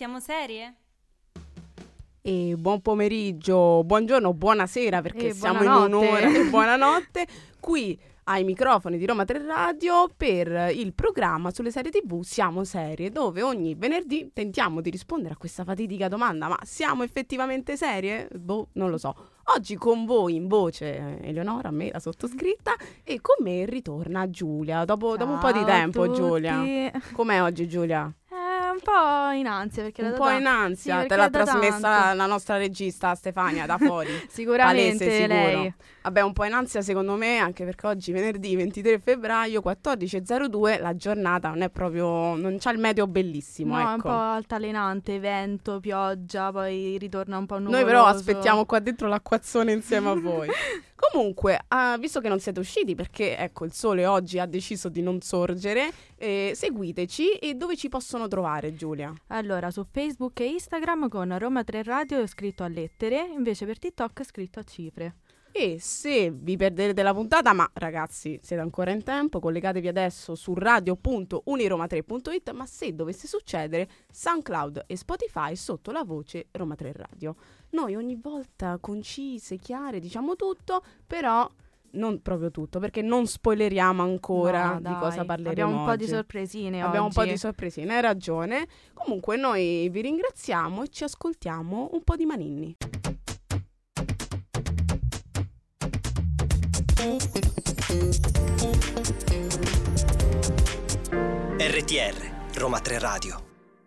Siamo serie? E buon pomeriggio, buongiorno, buonasera perché siamo buonanotte. in un'ora e buonanotte qui ai microfoni di Roma 3 Radio per il programma sulle serie TV Siamo Serie, dove ogni venerdì tentiamo di rispondere a questa fatidica domanda: ma siamo effettivamente serie? Boh, non lo so. Oggi con voi in voce Eleonora, me, la sottoscritta, e con me ritorna Giulia dopo un po' di tempo. Giulia, com'è oggi Giulia? Un po' in ansia perché Un po' in ansia, sì, te l'ha da trasmessa tanto. la nostra regista Stefania da fuori. Sicuramente Palese, sicuro. lei. Vabbè, un po' in ansia secondo me, anche perché oggi venerdì 23 febbraio 14:02, la giornata non è proprio, non c'ha il meteo bellissimo, No, è un ecco. po' altalenante, vento, pioggia, poi ritorna un po' nuvoloso. Noi però aspettiamo qua dentro l'acquazzone insieme a voi. Comunque, visto che non siete usciti perché ecco il sole oggi ha deciso di non sorgere, seguiteci. E dove ci possono trovare, Giulia? Allora, su Facebook e Instagram con Roma 3 Radio scritto a lettere, invece per TikTok scritto a cifre. E se vi perderete la puntata, ma ragazzi siete ancora in tempo, collegatevi adesso su radio.uniroma3.it, ma se dovesse succedere, SoundCloud e Spotify sotto la voce Roma 3 Radio. Noi ogni volta concise, chiare, diciamo tutto, però non proprio tutto, perché non spoileriamo ancora No, di dai, cosa parleremo abbiamo un po' di oggi. sorpresine Abbiamo oggi. un po' di sorpresine, hai ragione. Comunque noi vi ringraziamo e ci ascoltiamo un po' di Maninni. RTR, Roma 3 Radio.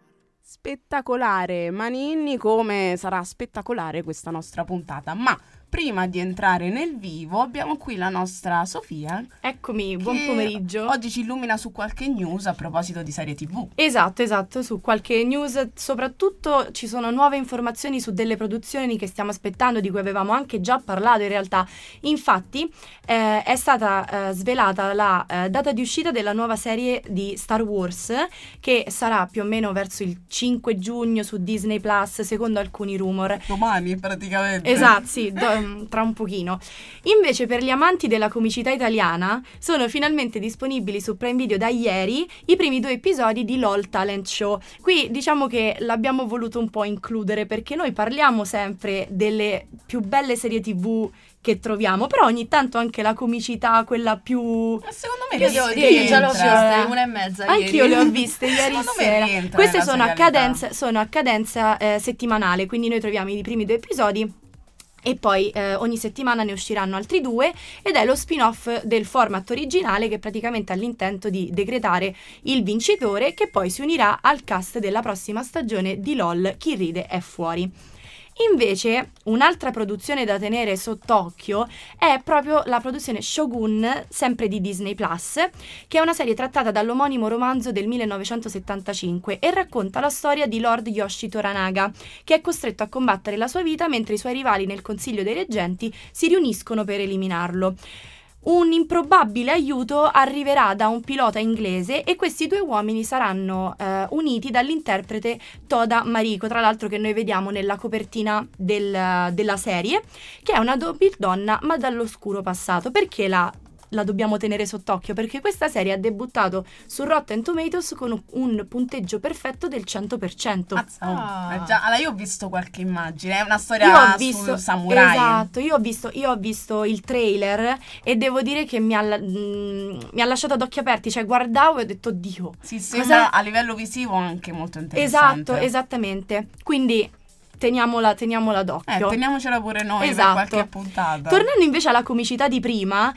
Spettacolare Maninni, come sarà spettacolare questa nostra puntata. Ma prima di entrare nel vivo abbiamo qui la nostra Sofia. Eccomi, buon che pomeriggio. Oggi ci illumina su qualche news a proposito di serie TV. Esatto, su qualche news, soprattutto ci sono nuove informazioni su delle produzioni che stiamo aspettando, di cui avevamo anche già parlato in realtà. Infatti è stata svelata la data di uscita della nuova serie di Star Wars, che sarà più o meno verso il 5 giugno su Disney Plus, secondo alcuni rumor. Domani praticamente. Esatto, sì, tra un pochino. Invece per gli amanti della comicità italiana sono finalmente disponibili su Prime Video da ieri i primi 2 episodi di LOL Talent Show. Qui diciamo che l'abbiamo voluto un po' includere perché noi parliamo sempre delle più belle serie TV che troviamo, però ogni tanto anche la comicità, quella più... Ma secondo me Io già l'ho vista, rientra. 1:30 Anch'io le ho viste ieri Secondo me sera. rientra Queste nella sono a cadenza settimanale, quindi noi troviamo i primi 2 episodi e poi ogni settimana ne usciranno altri 2, ed è lo spin-off del format originale che praticamente ha l'intento di decretare il vincitore, che poi si unirà al cast della prossima stagione di LOL Chi ride è fuori. Invece un'altra produzione da tenere sott'occhio è proprio la produzione Shogun, sempre di Disney Plus, che è una serie trattata dall'omonimo romanzo del 1975 e racconta la storia di Lord Yoshi Toranaga, che è costretto a combattere la sua vita mentre i suoi rivali nel Consiglio dei Reggenti si riuniscono per eliminarlo. Un improbabile aiuto arriverà da un pilota inglese e questi 2 uomini saranno uniti dall'interprete Toda Mariko, tra l'altro che noi vediamo nella copertina della serie, che è una donna ma dall'oscuro passato. Perché la dobbiamo tenere sott'occhio? Perché questa serie ha debuttato su Rotten Tomatoes con un punteggio perfetto del 100%. Allora io ho visto qualche immagine, è una storia sul samurai. Esatto, io ho visto il trailer e devo dire che mi ha lasciato ad occhi aperti, cioè guardavo e ho detto Dio. Sì, sembra a livello visivo anche molto interessante. Esatto, esattamente. Quindi teniamola d'occhio. Teniamocela pure noi Esatto. per qualche puntata. Tornando invece alla comicità di prima,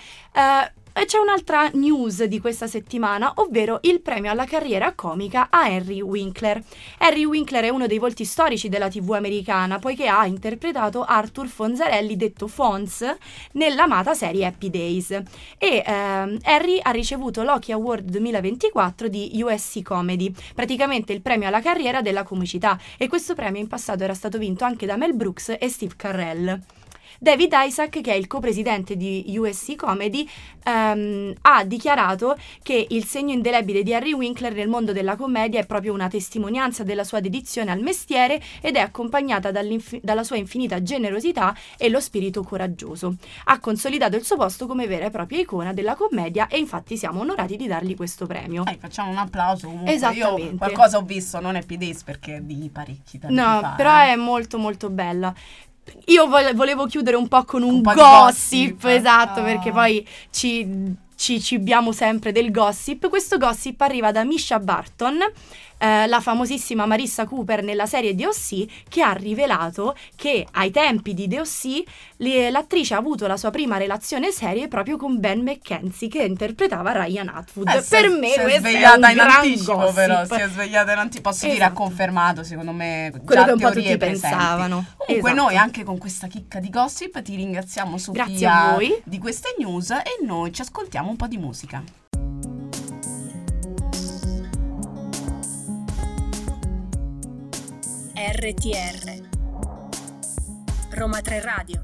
c'è un'altra news di questa settimana, ovvero il premio alla carriera comica a Henry Winkler. Henry Winkler è uno dei volti storici della TV americana, poiché ha interpretato Arthur Fonzarelli, detto Fonz, nell'amata serie Happy Days. E Henry ha ricevuto l'Oki Award 2024 di USC Comedy, praticamente il premio alla carriera della comicità, e questo premio in passato era stato vinto anche da Mel Brooks e Steve Carell. David Isaac, che è il copresidente di USC Comedy, ha dichiarato che il segno indelebile di Henry Winkler nel mondo della commedia è proprio una testimonianza della sua dedizione al mestiere ed è accompagnata dalla sua infinita generosità e lo spirito coraggioso. Ha consolidato il suo posto come vera e propria icona della commedia e infatti siamo onorati di dargli questo premio. Facciamo un applauso comunque. Esattamente. Io qualcosa ho visto, non Happy Days perché è di parecchi tempi fa. Però è molto molto bella. Io volevo chiudere un po' con un po' di gossip, gossip. esatto, perché poi ci cibiamo sempre del gossip. Questo gossip arriva da Misha Barton, la famosissima Marissa Cooper nella serie DOC, che ha rivelato che ai tempi di DOC l'attrice ha avuto la sua prima relazione seria proprio con Ben McKenzie, che interpretava Ryan Atwood. Per me si è questo svegliata è un in gran anticipo, gossip. però si è svegliata in anticipo. Posso dire, ha confermato secondo me quello già che un po' teorie tutti presenti. pensavano. Comunque Esatto. noi anche con questa chicca di gossip ti ringraziamo, Sofia, Grazie a voi di queste news, e noi ci ascoltiamo un po' di musica. RTR Roma 3 Radio.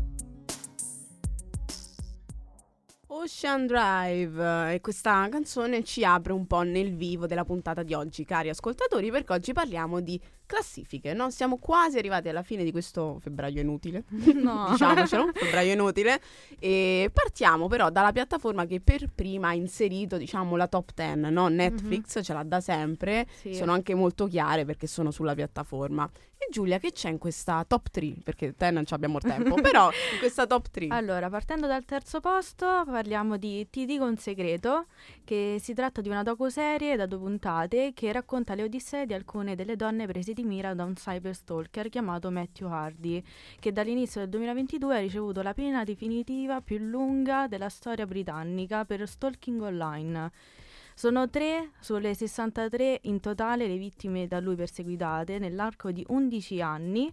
Ocean Drive, e questa canzone ci apre un po' nel vivo della puntata di oggi, cari ascoltatori, perché oggi parliamo di classifiche, no? Siamo quasi arrivati alla fine di questo febbraio inutile, No. diciamocelo, febbraio inutile, e partiamo però dalla piattaforma che per prima ha inserito, diciamo, la top 10, no? Netflix ce l'ha da sempre, Sì. sono anche molto chiare perché sono sulla piattaforma. E Giulia, che c'è in questa top 3? Perché te non ci abbiamo il tempo, però in questa top 3. Allora, partendo dal terzo posto, parliamo di Ti dico un segreto, che si tratta di una docuserie da 2 puntate che racconta le odissee di alcune delle donne prese di mira da un cyberstalker chiamato Matthew Hardy, che dall'inizio del 2022 ha ricevuto la pena definitiva più lunga della storia britannica per stalking online. Sono 3 sulle 63 in totale le vittime da lui perseguitate nell'arco di 11 anni.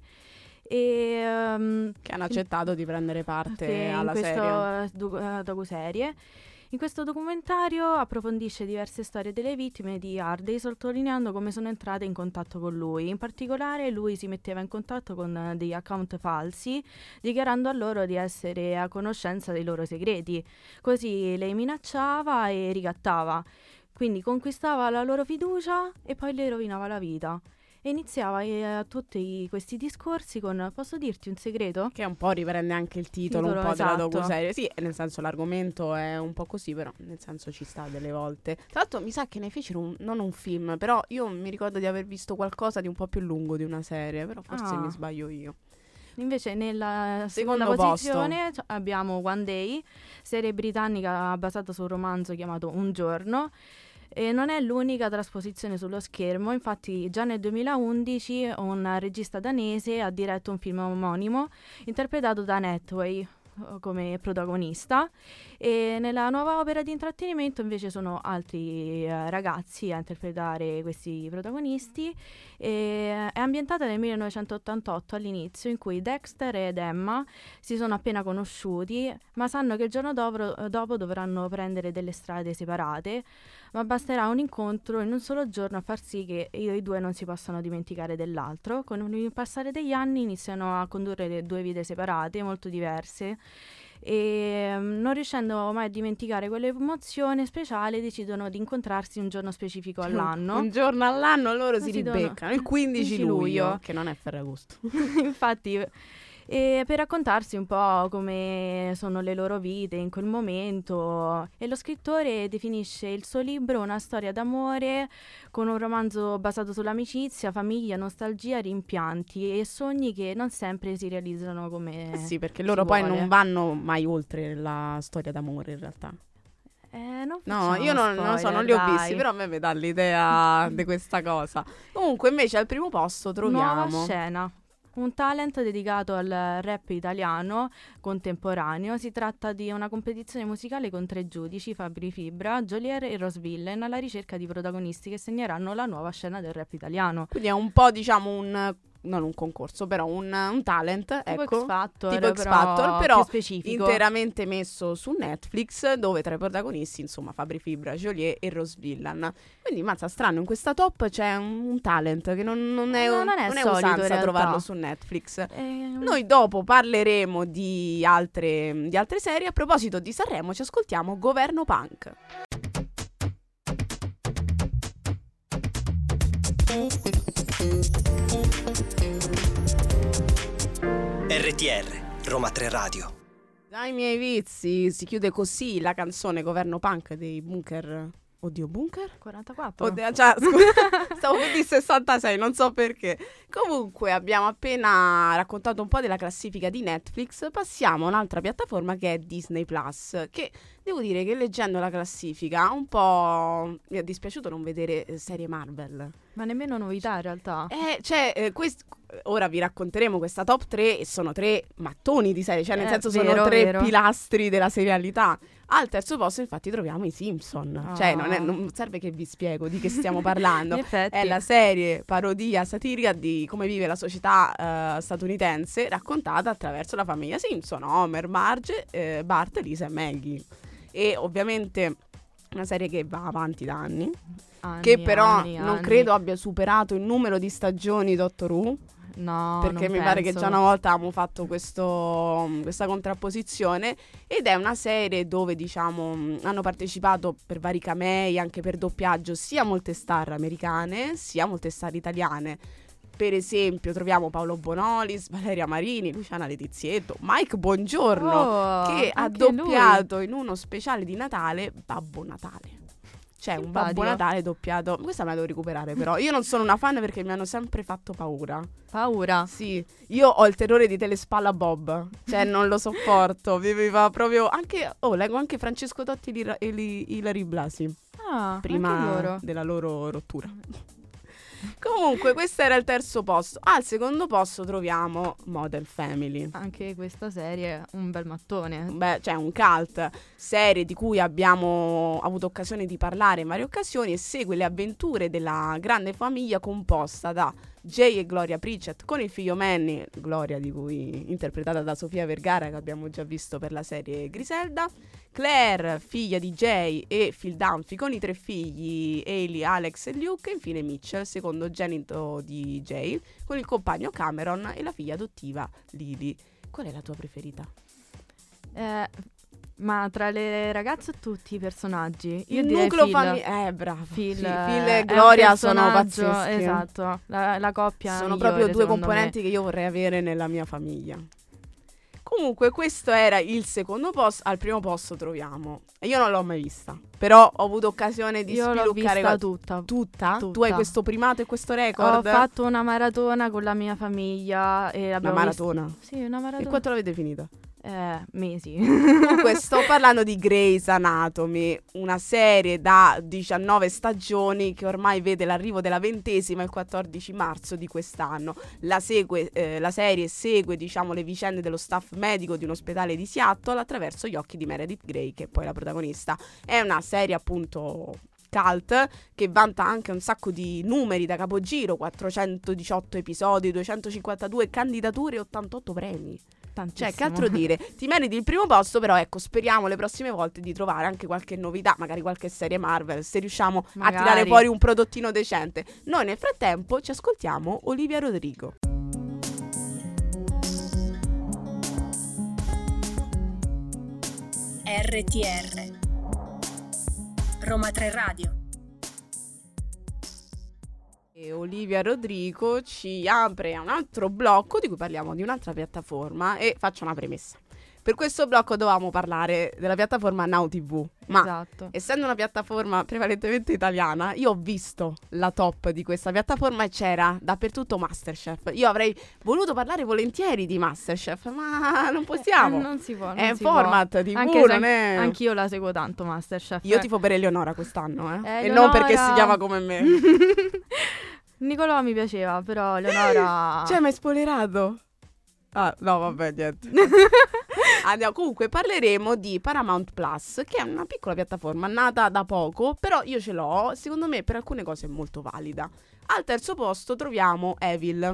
E, che hanno accettato di prendere parte sì, alla in serie. questa docuserie. In questo documentario approfondisce diverse storie delle vittime di Hardy, sottolineando come sono entrate in contatto con lui. In particolare lui si metteva in contatto con degli account falsi, dichiarando a loro di essere a conoscenza dei loro segreti. Così le minacciava e ricattava. Quindi conquistava la loro fiducia e poi le rovinava la vita. E iniziava tutti questi discorsi con: posso dirti un segreto? Che un po' riprende anche il titolo un po' Esatto. della docuserie. Sì, nel senso l'argomento è un po' così, però nel senso ci sta delle volte. Tra l'altro mi sa che ne fecero non un film, però io mi ricordo di aver visto qualcosa di un po' più lungo di una serie, però forse mi sbaglio io. Invece nella seconda Secondo posizione abbiamo One Day, serie britannica basata su un romanzo chiamato Un giorno. E non è l'unica trasposizione sullo schermo, infatti già nel 2011 un regista danese ha diretto un film omonimo interpretato da Anne Hathaway come protagonista, e nella nuova opera di intrattenimento invece sono altri ragazzi a interpretare questi protagonisti. È ambientata nel 1988 all'inizio, in cui Dexter ed Emma si sono appena conosciuti, ma sanno che il giorno dopo dovranno prendere delle strade separate, ma basterà un incontro in un solo giorno a far sì che i due non si possano dimenticare dell'altro. Con il passare degli anni iniziano a condurre le 2 vite separate, molto diverse, e non riuscendo mai a dimenticare quell'emozione speciale decidono di incontrarsi un giorno specifico all'anno. Un giorno all'anno loro si Si devono- ribeccano, il 15 luglio, che non è Ferragosto. Infatti, per raccontarsi un po' come sono le loro vite in quel momento, e lo scrittore definisce il suo libro una storia d'amore con un romanzo basato sull'amicizia, famiglia, nostalgia, rimpianti e sogni che non sempre si realizzano come Sì, perché si loro poi vuole. non vanno mai oltre la storia d'amore in realtà. Non No, facciamo io non lo so, non li ho spoiler, visti, dai. però a me mi dà l'idea di questa cosa. Comunque invece al primo posto troviamo Nuova scena. Un talent dedicato al rap italiano contemporaneo. Si tratta di una competizione musicale con 3 giudici, Fabri Fibra, Jolier e Rose Villain, alla ricerca di protagonisti che segneranno la nuova scena del rap italiano. Quindi è un po', diciamo, un non un concorso, però un talent, Tipo ecco, X Factor, tipo X Factor, però più specifico. interamente messo su Netflix, dove tra i protagonisti, insomma, Fabri Fibra, Joliet e Rose Villan. Quindi, mazza, strano, in questa top c'è un talent che non è No, non è solito, in usanza realtà. trovarlo su Netflix. Noi Noi dopo parleremo di altre serie. A proposito di Sanremo, ci ascoltiamo Governo Punk. RTR, Roma 3 Radio. Dai miei vizi, si chiude così la canzone Governo Punk dei Bunker. Oddio, Bunker? 44. Oddio, cioè, scusa, stavo per dire 66, non so perché. Comunque abbiamo appena raccontato un po' della classifica di Netflix. Passiamo a un'altra piattaforma che è Disney Plus, che devo dire che leggendo la classifica un po' mi è dispiaciuto non vedere serie Marvel. Ma nemmeno novità in realtà. Ora vi racconteremo questa top 3 e sono 3 mattoni di serie, cioè nel senso vero, sono 3 vero. pilastri della serialità. Al terzo posto infatti troviamo i Simpson, Ah. cioè non serve che vi spiego di che stiamo parlando. In effetti. È la serie parodia satirica di come vive la società statunitense, raccontata attraverso la famiglia Simpson, Homer, Marge, Bart, Lisa e Maggie. E ovviamente una serie che va avanti da anni, che però non credo abbia superato il numero di stagioni Doctor Who, No, perché non mi pare che penso. già una volta abbiamo fatto questa contrapposizione, ed è una serie dove diciamo hanno partecipato per vari camei, anche per doppiaggio, sia molte star americane sia molte star italiane. Per esempio troviamo Paolo Bonolis, Valeria Marini, Luciana Letizietto, Mike Bongiorno, Oh, che ha anche lui. doppiato in uno speciale di Natale Babbo Natale. C'è un Babbo Simpatico. Natale doppiato. Questa me la devo recuperare, però. Io non sono una fan perché mi hanno sempre fatto paura. Paura. Sì, io ho il terrore di Telespalla Bob. Cioè, non lo sopporto. Viveva proprio anche. Oh, leggo anche Francesco Totti e Ilary Blasi. Ah, anche Prima loro. della loro rottura. Comunque, questo era il terzo posto. Al secondo posto troviamo Modern Family. Anche questa serie è un bel mattone. Beh, cioè un cult, serie di cui abbiamo avuto occasione di parlare in varie occasioni, e segue le avventure della grande famiglia composta da Jay e Gloria Pritchett con il figlio Manny, Gloria di cui interpretata da Sofia Vergara, che abbiamo già visto per la serie Griselda, Claire, figlia di Jay, e Phil Dunphy con i 3 figli Hailey, Alex e Luke, e infine Mitchell, secondogenito di Jay, con il compagno Cameron e la figlia adottiva Lily. Qual è la tua preferita? Ma tra le ragazze e tutti i personaggi, io Il direi nucleo Phil. familiare, bravo. Phil, Phil è e un Gloria sono personaggio, pazzeschi. Esatto, la coppia Sono migliore, proprio 2 secondo componenti che io vorrei avere nella mia famiglia. Comunque questo era il secondo posto. Al primo posto troviamo, e io non l'ho mai vista, però ho avuto occasione di me. Io l'ho spiluccare vista tutta. Tutta? Tutta. Tu hai questo primato e questo Ho record? fatto una maratona con la mia famiglia e Una abbiamo maratona? visto... Sì, una E maratona. quanto l'avete finita? Mesi. Comunque sto parlando di Grey's Anatomy, una serie da 19 stagioni che ormai vede l'arrivo della 20ª il 14 marzo di quest'anno. La serie segue, diciamo, le vicende dello staff medico di un ospedale di Seattle attraverso gli occhi di Meredith Grey, che è poi la protagonista. È una serie appunto cult che vanta anche un sacco di numeri da capogiro: 418 episodi, 252 candidature e 88 premi. Tantissimo. Cioè, che altro dire? Ti meriti il primo posto, però ecco, speriamo le prossime volte di trovare anche qualche novità, magari qualche serie Marvel, se riusciamo a tirare Magari. fuori un prodottino decente. Noi nel frattempo ci ascoltiamo Olivia Rodrigo. RTR Roma 3 Radio. E Olivia Rodrigo ci apre a un altro blocco di cui parliamo di un'altra piattaforma, e faccio una premessa. Per questo blocco dovevamo parlare della piattaforma Now TV, ma Esatto. essendo una piattaforma prevalentemente italiana, io ho visto la top di questa piattaforma e c'era dappertutto Masterchef. Io avrei voluto parlare volentieri di Masterchef, ma non possiamo. Non si può. È non un si format può. TV, Anche se non è... anch'io la seguo tanto Masterchef. Io tifo per Eleonora quest'anno, e Eleonora- non perché si chiama come me. Nicolò mi piaceva, però Eleonora... Cioè, mi hai spoilerato? Ah, no, vabbè, niente. Andiamo, comunque parleremo di Paramount Plus, che è una piccola piattaforma nata da poco, però io ce l'ho, secondo me per alcune cose è molto valida. Al terzo posto troviamo Evil,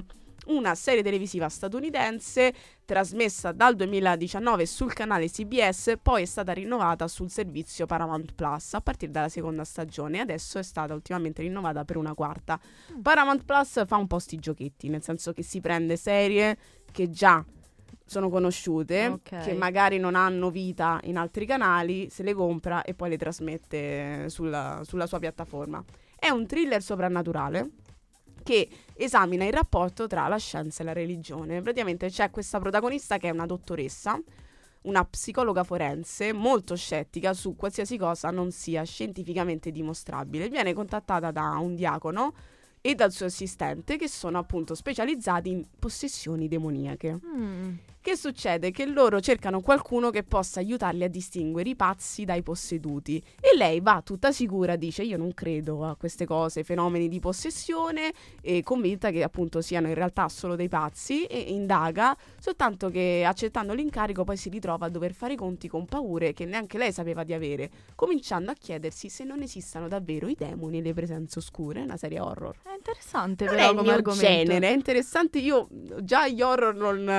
una serie televisiva statunitense trasmessa dal 2019 sul canale CBS, poi è stata rinnovata sul servizio Paramount Plus a partire dalla seconda stagione e adesso è stata ultimamente rinnovata per una quarta. Paramount Plus fa un po' sti giochetti, nel senso che si prende serie che già sono conosciute, che magari non hanno vita in altri canali, se le compra e poi le trasmette sulla sua piattaforma. È un thriller soprannaturale che esamina il rapporto tra la scienza e la religione. Praticamente c'è questa protagonista che è una dottoressa, una psicologa forense molto scettica su qualsiasi cosa non sia scientificamente dimostrabile. Viene contattata da un diacono e dal suo assistente, che sono appunto specializzati in possessioni demoniache. Che succede? Che loro cercano qualcuno che possa aiutarli a distinguere i pazzi dai posseduti e lei va tutta sicura, dice io non credo a queste cose, fenomeni di possessione, e convinta che appunto siano in realtà solo dei pazzi, e indaga, soltanto che accettando l'incarico poi si ritrova a dover fare i conti con paure che neanche lei sapeva di avere, cominciando a chiedersi se non esistano davvero i demoni e le presenze oscure. Una serie horror. È interessante Non però è il come mio argomento. genere, è interessante. Io già gli horror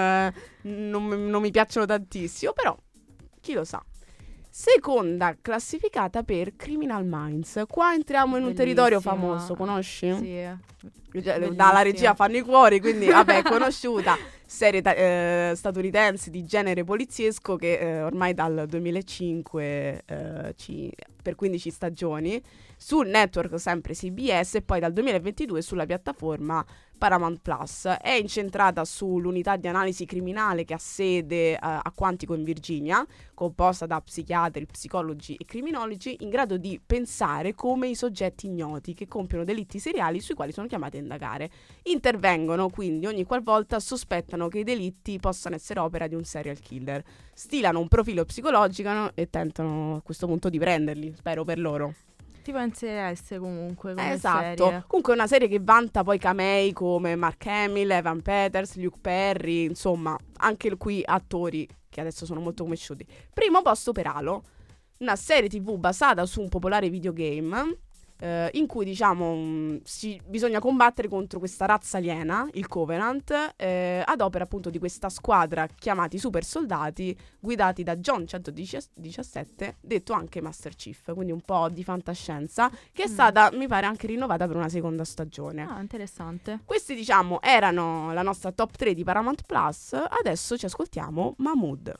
non mi piacciono tantissimo, però chi lo sa. Seconda classificata per Criminal Minds. Qua entriamo in un territorio famoso, conosci? Sì. Dalla regia fanno i cuori, quindi vabbè, conosciuta. Serie statunitense di genere poliziesco che ormai dal 2005 per 15 stagioni sul network sempre CBS e poi dal 2022 sulla piattaforma Paramount Plus. È incentrata sull'unità di analisi criminale che ha sede a Quantico in Virginia, composta da psichiatri, psicologi e criminologi in grado di pensare come i soggetti ignoti che compiono delitti seriali sui quali sono chiamati a indagare. Intervengono quindi ogni qualvolta sospettano che i delitti possano essere opera di un serial killer. Stilano un profilo psicologico e tentano a questo punto di prenderli, spero per loro. Tipo NCS comunque come Esatto, serie. comunque è una serie che vanta poi camei come Mark Hamill, Evan Peters, Luke Perry, insomma anche qui attori che adesso sono molto conosciuti. Primo posto per Halo, una serie TV basata su un popolare videogame in cui diciamo bisogna combattere contro questa razza aliena, il Covenant, ad opera appunto di questa squadra chiamati super soldati guidati da John 117, detto anche Master Chief, quindi un po' di fantascienza, che è stata mi pare anche rinnovata per una seconda stagione. Ah, interessante. Questi diciamo erano la nostra top 3 di Paramount Plus. Adesso ci ascoltiamo Mahmood.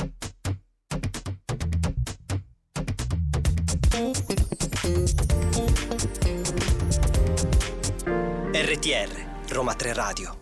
RTR, Roma 3 Radio.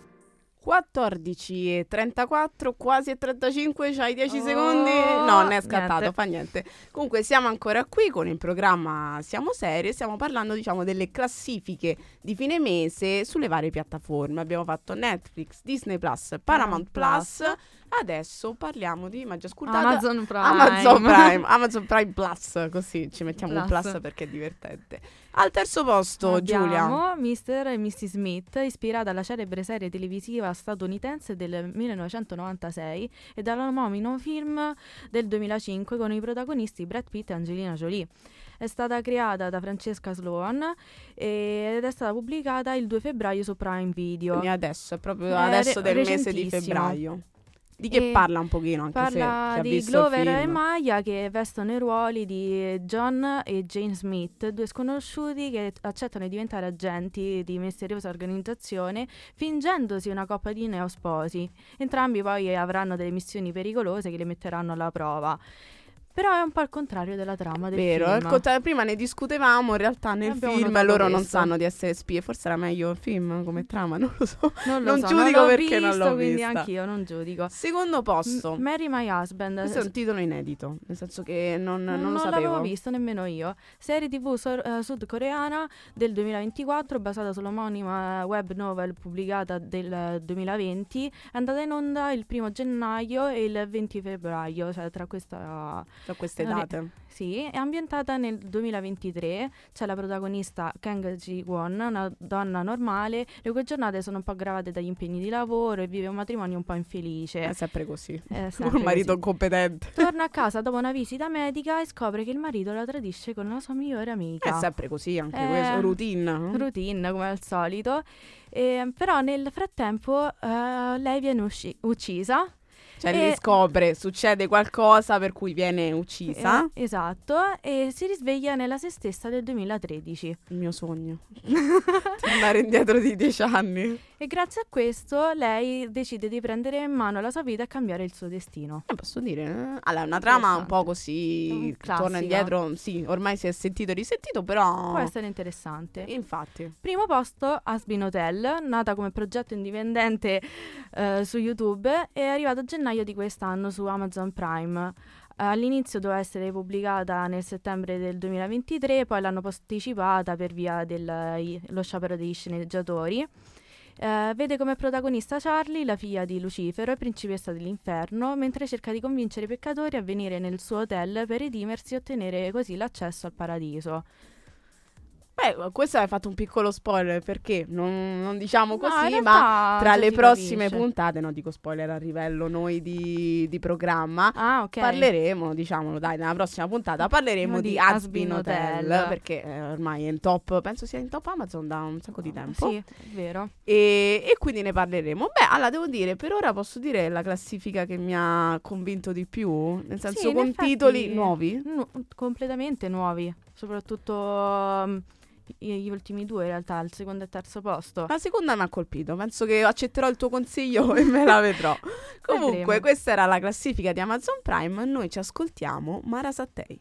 14:34, quasi e 35, c'hai 10 secondi? No, non è scattato, niente. fa niente. Comunque siamo ancora qui con il programma Siamo Serie, stiamo parlando diciamo delle classifiche di fine mese sulle varie piattaforme. Abbiamo fatto Netflix, Disney Plus, Paramount Plus. Adesso parliamo di Amazon Prime. Amazon Prime Plus, così ci mettiamo un plus perché è divertente. Al terzo posto, Giulia. Abbiamo Mr. e Mrs. Smith, ispirata alla celebre serie televisiva statunitense del 1996 e dall'omonimo film del 2005 con i protagonisti Brad Pitt e Angelina Jolie. È stata creata da Francesca Sloan ed è stata pubblicata il 2 febbraio su Prime Video. Quindi adesso, è proprio adesso del mese di febbraio. Di che parla un pochino, anche se parla di Glover e Maya che vestono i ruoli di John e Jane Smith, due sconosciuti che accettano di diventare agenti di misteriosa organizzazione fingendosi una coppia di neosposi. Entrambi poi avranno delle missioni pericolose che li metteranno alla prova. Però è un po' al contrario della trama del film. Prima ne discutevamo, in realtà nel film loro non sanno di essere spie. Forse era meglio il film come trama, non lo so. Non giudico perché non l'ho quindi vista. anch'io non giudico. Secondo posto. Marry My Husband. Questo è un titolo inedito, nel senso che non lo sapevo. Non l'avevo visto nemmeno io. Serie TV sudcoreana del 2024 basata sull'omonima web novel pubblicata del 2020. È andata in onda il 1 gennaio e il 20 febbraio, cioè tra questa Da queste date. Sì, è ambientata nel 2023, c'è la protagonista Kang Ji-won, una donna normale, le cui giornate sono un po' aggravate dagli impegni di lavoro e vive un matrimonio un po' infelice. È sempre così. È sempre Un marito così. incompetente. Torna a casa dopo una visita medica e scopre che il marito la tradisce con la sua migliore amica. È sempre così anche questo, routine. Routine come al solito. Però nel frattempo lei viene uccisa. Cioè li scopre, succede qualcosa per cui viene uccisa. Esatto, e si risveglia nella se stessa del 2013. Il mio sogno. Tornare indietro di 10 anni. E grazie a questo lei decide di prendere in mano la sua vita e cambiare il suo destino. Posso dire? Allora, una trama un po' così, Classica. torna indietro, sì, ormai si è sentito e risentito, però... Può essere interessante. Infatti. Primo posto, Asbin Hotel, nata come progetto indipendente su YouTube, è arrivata a gennaio di quest'anno su Amazon Prime. All'inizio doveva essere pubblicata nel settembre del 2023, poi l'hanno posticipata per via dello sciopero degli sceneggiatori. Vede come protagonista Charlie, la figlia di Lucifero e principessa dell'inferno, mentre cerca di convincere i peccatori a venire nel suo hotel per redimersi e ottenere così l'accesso al paradiso. Beh, questo hai fatto un piccolo spoiler perché non diciamo No, così, in ma realtà tra già le si prossime capisce. puntate, no, dico spoiler a livello noi di programma, Ah, ok. parleremo, diciamolo dai, nella prossima puntata parleremo di Asbin Hotel, perché ormai è in top, penso sia in top Amazon da un sacco di tempo. Sì, è vero. E quindi ne parleremo. Beh, allora devo dire, per ora posso dire la classifica che mi ha convinto di più, nel senso Sì, in con effetti, titoli nuovi. Completamente nuovi, soprattutto gli ultimi due in realtà, il secondo e terzo posto. La seconda mi ha colpito, penso che accetterò il tuo consiglio e me la vedrò. Comunque, Vedremo. questa era la classifica di Amazon Prime. Noi ci ascoltiamo Mara Sattei.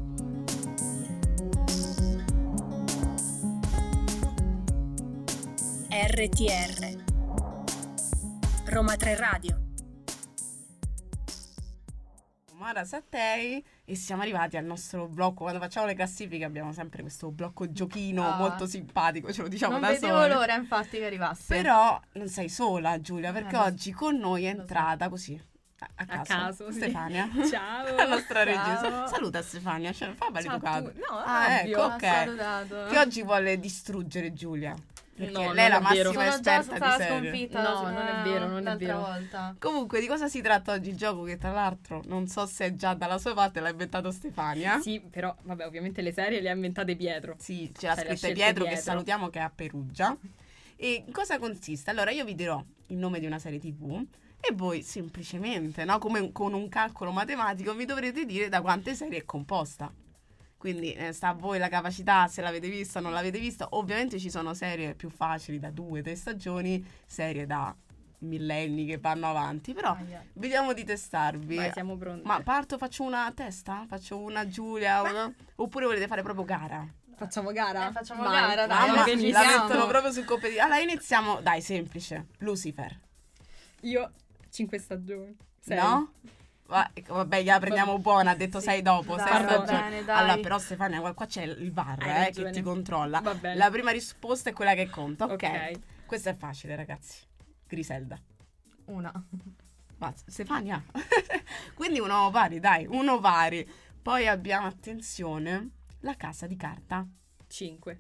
RTR Roma 3 Radio. Mara Sattei e siamo arrivati al nostro blocco. Quando facciamo le classifiche abbiamo sempre questo blocco giochino molto simpatico, ce lo diciamo Non da vedevo soli. l'ora infatti che arrivasse. Però non sei sola, Giulia, perché no. oggi con noi è entrata così a caso, sì. Stefania. Ciao. La nostra regista. Ciao. Saluta Stefania, cioè, fa Ciao a maleducato. tu- No, Ah, ovvio. ecco, ok. Salutato. Che oggi vuole distruggere Giulia. Perché No, lei è la non è vero. massima Sono già esperta stata di serie. sconfitta No, non è vero, non è l'altra vero. volta. Comunque, di cosa si tratta oggi il gioco? Che tra l'altro non so se è già dalla sua parte, l'ha inventato Stefania. Sì, però vabbè, ovviamente le serie le ha inventate Pietro. Sì, ce l'ha Cioè, le ha scritta scelte Pietro, che Pietro. salutiamo, che è a Perugia. E in cosa consiste? Allora, io vi dirò il nome di una serie TV e voi semplicemente, no, come con un calcolo matematico, mi dovrete dire da quante serie è composta. Quindi sta a voi la capacità, se l'avete vista o non l'avete vista. Ovviamente ci sono serie più facili da 2-3 stagioni, serie da millenni che vanno avanti, però vediamo di testarvi. Vai, siamo pronti. Ma parto, faccio una a testa? Faccio una Giulia? Oppure volete fare proprio gara? Facciamo gara? Facciamo Vai. gara, dai. Mamma, che la iniziamo. mettono proprio sul competitivo. Allora iniziamo, dai, semplice. Lucifer. Io 5 stagioni. Sei. No? Vabbè, gliela prendiamo buona, ha detto 6 dopo. Dai, 6 va stagioni. bene, dai. Allora, però Stefania, qua c'è il VAR Hai che ragione. ti controlla. Va bene. La prima risposta è quella che conta, ok? Ok. Questo è facile, ragazzi. Griselda. Una. Ma Stefania. Quindi uno pari, dai, uno pari. Poi abbiamo, attenzione, La Casa di Carta. 5.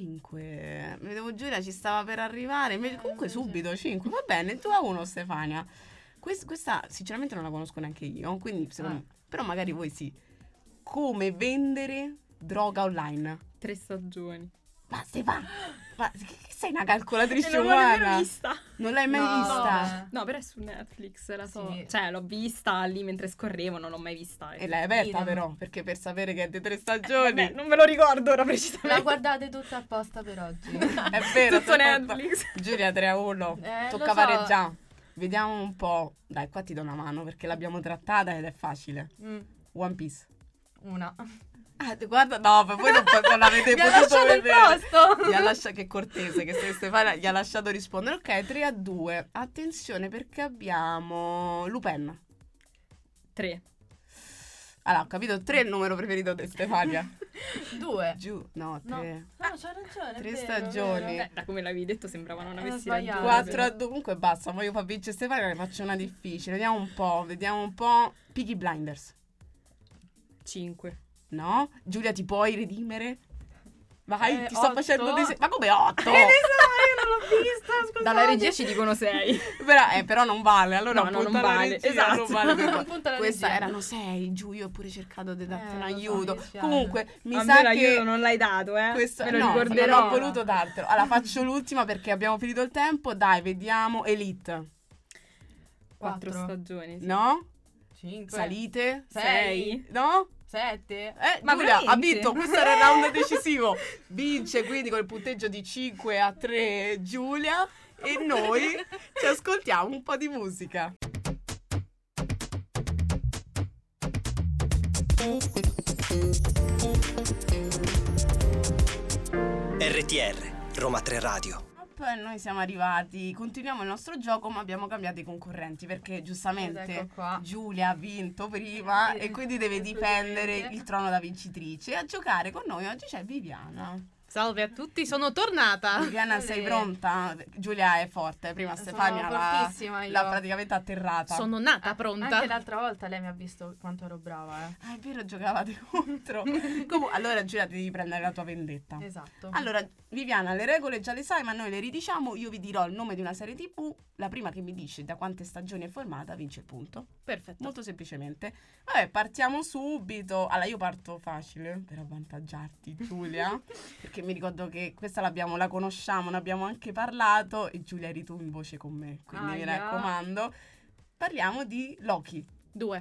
5. Vedevo Giulia ci stava per arrivare. Comunque subito 5. Va bene, 2-1 Stefania. Questa sinceramente non la conosco neanche io. Quindi secondo me, però magari voi sì. Come vendere droga online. 3 stagioni. Ma Stefania, ma che sei una calcolatrice non l'ho nemmeno umana? vista. Non l'hai mai No. vista? No, però è su Netflix, la so. Sì. Cioè, l'ho vista lì mentre scorrevo, non l'ho mai vista. E l'hai aperta Idem. però, perché per sapere che è di 3 stagioni. Vabbè, non me lo ricordo ora La precisamente. guardate tutta apposta per oggi. È vero. Tutto aspetta. Netflix. Giulia 3-1. Lo Tocca so. pareggiare. Vediamo un po'. Dai, qua ti do una mano perché l'abbiamo trattata ed è facile. One Piece. Una. Ah, guarda, no, per voi non l'avete Mi ha potuto lasciato il vedere. posto. Gli ha lasciato, che cortese, che Stefania gli ha lasciato rispondere. Ok, 3-2. Attenzione perché abbiamo Lupin. 3. Allora, ho capito, 3 è il numero preferito di Stefania. 2. Giù, no, 3. No, c'ha ragione. è 3 vero, stagioni. è vero. Da come l'avevi detto sembrava non avessi sbagliato. ragione. 4-2. Comunque basta, voglio far vincere Stefania, ne faccio una difficile. Vediamo un po'. Peaky Blinders. 5. No? Giulia, ti puoi redimere? Vai, ti sto 8. facendo dei... Ma come 8? Io non l'ho vista, scusate. Dalla regia ci dicono 6. Però non vale, allora No, no, appunto non la vale, regia, esatto. non vale per- Punta la Questa regia. erano 6, giù, io ho pure cercato di darti un lo so, aiuto. mi dispiace. Comunque, mi A sa me che... l'aiuto non l'hai dato, Questo, Me lo no, ricorderò. non ho voluto dartelo. Allora faccio l'ultima perché abbiamo finito il tempo. Dai, vediamo. Elite. 4 4. stagioni. Sì. No? 5. Salite? 6. No? 7. Ma Giulia ha veramente? vinto. Questo era il round decisivo. Vince quindi con il punteggio di 5-3 Giulia. E noi ci ascoltiamo un po' di musica. RTR, Roma 3 Radio. Poi noi siamo arrivati, continuiamo il nostro gioco, ma abbiamo cambiato i concorrenti perché giustamente Ecco qua. Giulia ha vinto prima e quindi deve difendere il trono da vincitrice. E a giocare con noi oggi c'è Viviana. Salve a tutti, sono tornata. Viviana, sei pronta? Giulia è forte, prima Sono Stefania fortissima io. l'ha praticamente atterrata. Sono nata pronta. Anche l'altra volta lei mi ha visto quanto ero brava, Ah, è vero, giocavate contro. Comunque, allora Giulia ti devi prendere la tua vendetta. Esatto. Allora, Viviana, le regole già le sai, ma noi le ridiciamo. Io vi dirò il nome di una serie TV. La prima che mi dice da quante stagioni è formata vince il punto. Perfetto. Molto semplicemente. Vabbè, partiamo subito. Allora, io parto facile per avvantaggiarti, Giulia. Perché mi ricordo che questa la conosciamo, ne abbiamo anche parlato. E Giulia eri tu in voce con me. Quindi mi Aia. raccomando. Parliamo di Loki. 2.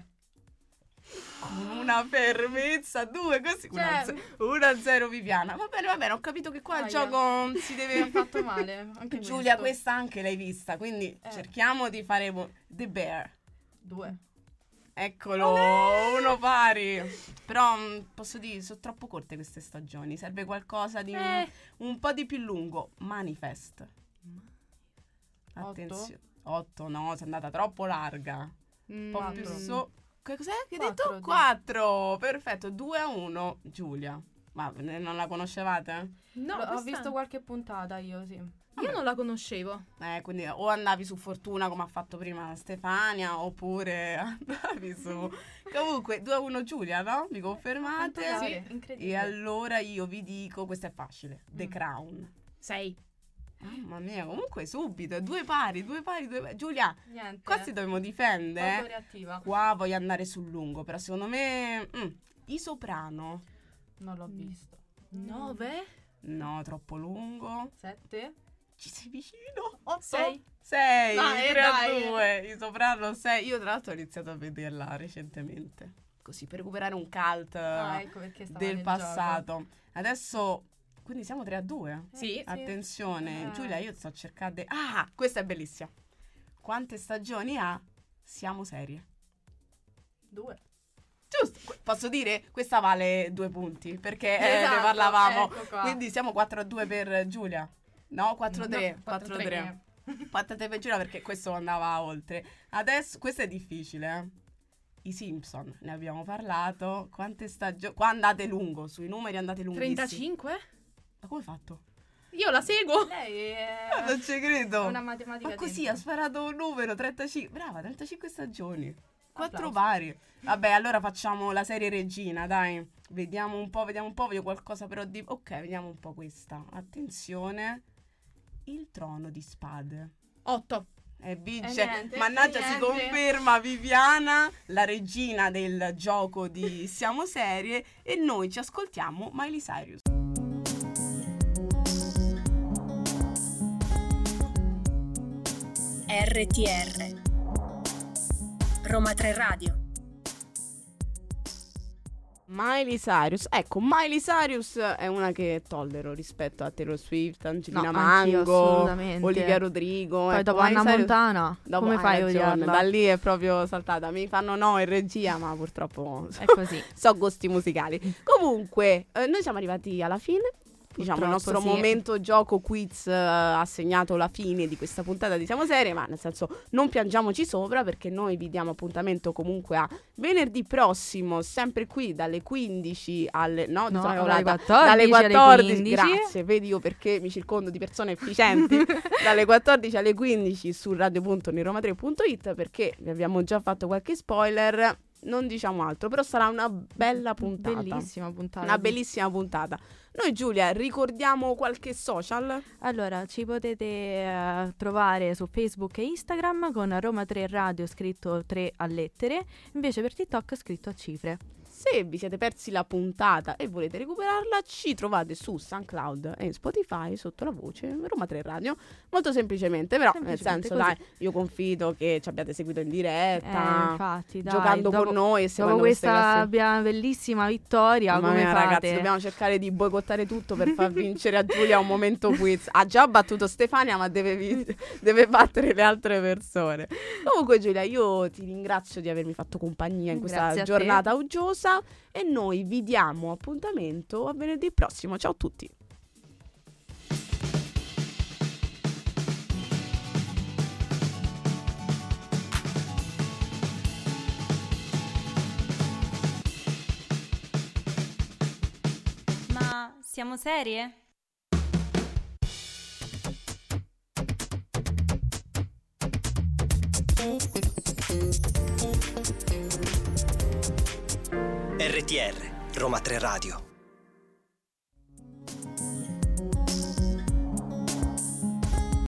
Con una fermezza, 2 così. Cioè- 1-0 Viviana. Va bene, ho capito che qua il Aia. gioco si Mi ha deve... fatto male. Anche Giulia, questo. questa anche l'hai vista, quindi cerchiamo di fare The Bear. 2. Eccolo, uno pari. Però posso dire, sono troppo corte queste stagioni. Serve qualcosa di un po' di più lungo. Manifest. Attenzione. 8, no, sei andata troppo larga. Un po' più Cos'è che hai detto? 4. Perfetto, 2-1. Giulia. Ma non la conoscevate? No, Ho questa- visto qualche puntata io, sì. Io non la conoscevo. Quindi o andavi su Fortuna come ha fatto prima Stefania, oppure andavi su... Comunque, 2-1 Giulia, no? Mi confermate? Sì, incredibile. E allora io vi dico, questo è facile, The Crown. 6. Mamma mia, comunque subito, 2 pari. Giulia, Niente. qua si dobbiamo difendere. Poco reattiva. Qua voglio andare sul lungo, però secondo me... I Soprano. Non l'ho visto. 9. No, troppo lungo. 7. Ci sei vicino? 6. 6, Dai, 3-2, I Soprano 6. Io tra l'altro ho iniziato a vederla recentemente, così per recuperare un cult Ecco perché stava del nel passato. Adesso, quindi siamo 3-2. Sì. Attenzione, Eh. Giulia, io sto cercando... Ah, questa è bellissima. Quante stagioni ha Siamo Serie? 2. Giusto, posso dire? Questa vale 2 punti, perché Esatto, ne parlavamo. ecco qua. Quindi siamo 4-2 per Giulia. No, 4-3. No, 4-3. 4-3 per Giulia perché questo andava oltre. Adesso, questo è difficile, I Simpson, ne abbiamo parlato. Quante stagioni... Qua andate lungo, sui numeri andate lunghissimi. 35? Ma come hai fatto? Io la seguo. Lei è Non ci credo. una matematica. Ma così dentro. ha sparato un numero, 35. Brava, 35 stagioni. 4 Applauso. pari. Vabbè, allora facciamo la serie regina, dai. Vediamo un po'. Voglio qualcosa però di... Ok, vediamo un po' questa. Attenzione. Il Trono di Spade. 8. E vince. niente, Mannaggia, e si niente. conferma Viviana, la regina del gioco di Siamo Serie. E noi ci ascoltiamo Miley Cyrus. RTR Roma 3 Radio. Miley Cyrus, ecco, Miley Cyrus è una che tollero rispetto a Taylor Swift, Angelina No, anch'io, Mango, assolutamente. Olivia Rodrigo. Poi ecco, dopo Miley Anna Cyrus- Montana, dopo- come hai fai a ragione, odiarla? da lì è proprio saltata. Mi fanno no in regia, ma purtroppo È così. so gusti musicali. Comunque, noi siamo arrivati alla fine. Diciamo, il nostro Purtroppo sì. momento gioco quiz ha segnato la fine di questa puntata di Siamo Serie, ma nel senso non piangiamoci sopra, perché noi vi diamo appuntamento comunque a venerdì prossimo, sempre qui dalle 15 alle... No, No, sono dalle cavolata. 14 dalle alle 14, 15. grazie, vedi io perché mi circondo di persone efficienti. Dalle 14 alle 15 su radio.neroma3.it, perché vi abbiamo già fatto qualche spoiler. non diciamo altro, però sarà una bella puntata. Bellissima puntata. Una bellissima puntata. Noi, Giulia, ricordiamo qualche social? Allora, ci potete trovare su Facebook e Instagram con Roma 3 Radio scritto 3 a lettere, invece per TikTok scritto a cifre. Se vi siete persi la puntata e volete recuperarla, ci trovate su SoundCloud e Spotify sotto la voce Roma 3 Radio. Molto semplicemente, però nel senso, così. dai, io confido che ci abbiate seguito in diretta, Infatti, dai, giocando dopo, con noi e dopo seguendo queste questa bellissima vittoria, Mamma come mia, fate? ragazzi, dobbiamo cercare di boicottare tutto per far vincere a Giulia un momento quiz. Ha già battuto Stefania, ma deve battere le altre persone. Comunque, Giulia, io ti ringrazio di avermi fatto compagnia in questa Grazie a te. giornata uggiosa e noi vi diamo appuntamento a venerdì prossimo. Ciao a tutti. Ma siamo serie? RTR, Roma 3 Radio.